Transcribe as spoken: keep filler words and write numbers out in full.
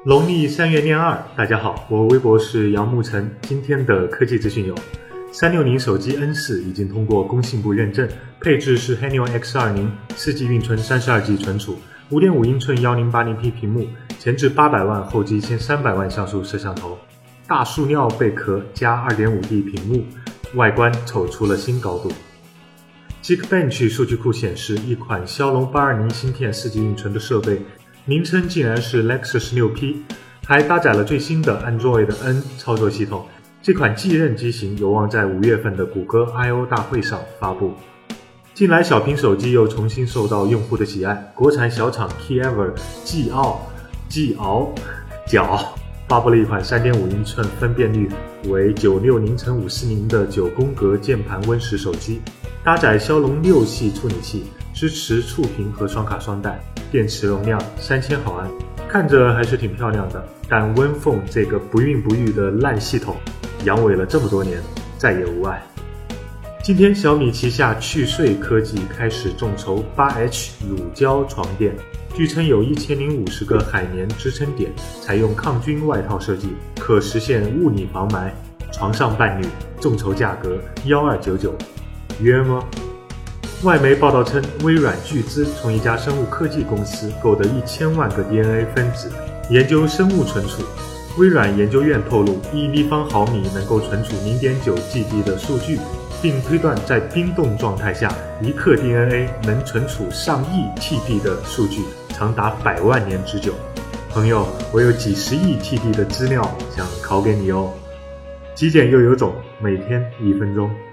农历三月廿二，大家好，我微博是杨沐晨。今天的科技资讯有：三六零手机 N 四 已经通过工信部认证，配置是 Helio X 二十， 四 G 运存 三十二 G 存储， 五点五英寸 一零八零 P 屏幕，前置八百万，后置一千三百万像素摄像头，大塑料贝壳加 二点五 D 屏幕，外观走出了新高度。Geekbench 数据库显示，一款骁龙八二零芯片 四 G 运存的设备，名称竟然是 Lex 十六 P， 还搭载了最新的 Android N 操作系统。这款继任机型有望在五月份的谷歌 I O 大会上发布。近来小屏手机又重新受到用户的喜爱，国产小厂 Keyever 技傲技傲角发布了一款 三点五英寸分辨率为九六零乘五四零的九宫格键盘 Win 十手机，搭载骁龙六系处理器，支持触屏和双卡双待，电池容量三千毫安，看着还是挺漂亮的。但 Win Phone 这个不孕不育的烂系统阳痿了这么多年，再也无碍。今天小米旗下趣睡科技开始众筹 八 H 乳胶床垫，据称有一千零五十个海绵支撑点，采用抗菌外套设计，可实现物理防霾，床上伴侣，众筹价格一千二百九十九，约吗？外媒报道称，微软巨资从一家生物科技公司购得一千万个 D N A 分子，研究生物存储。微软研究院透露，一立方毫米能够存储 零点九 G B 的数据，并推断在冰冻状态下，一克 D N A 能存储上亿 T B 的数据，长达百万年之久。朋友，我有几十亿 T B 的资料想拷给你哦。极简又有种，每天一分钟。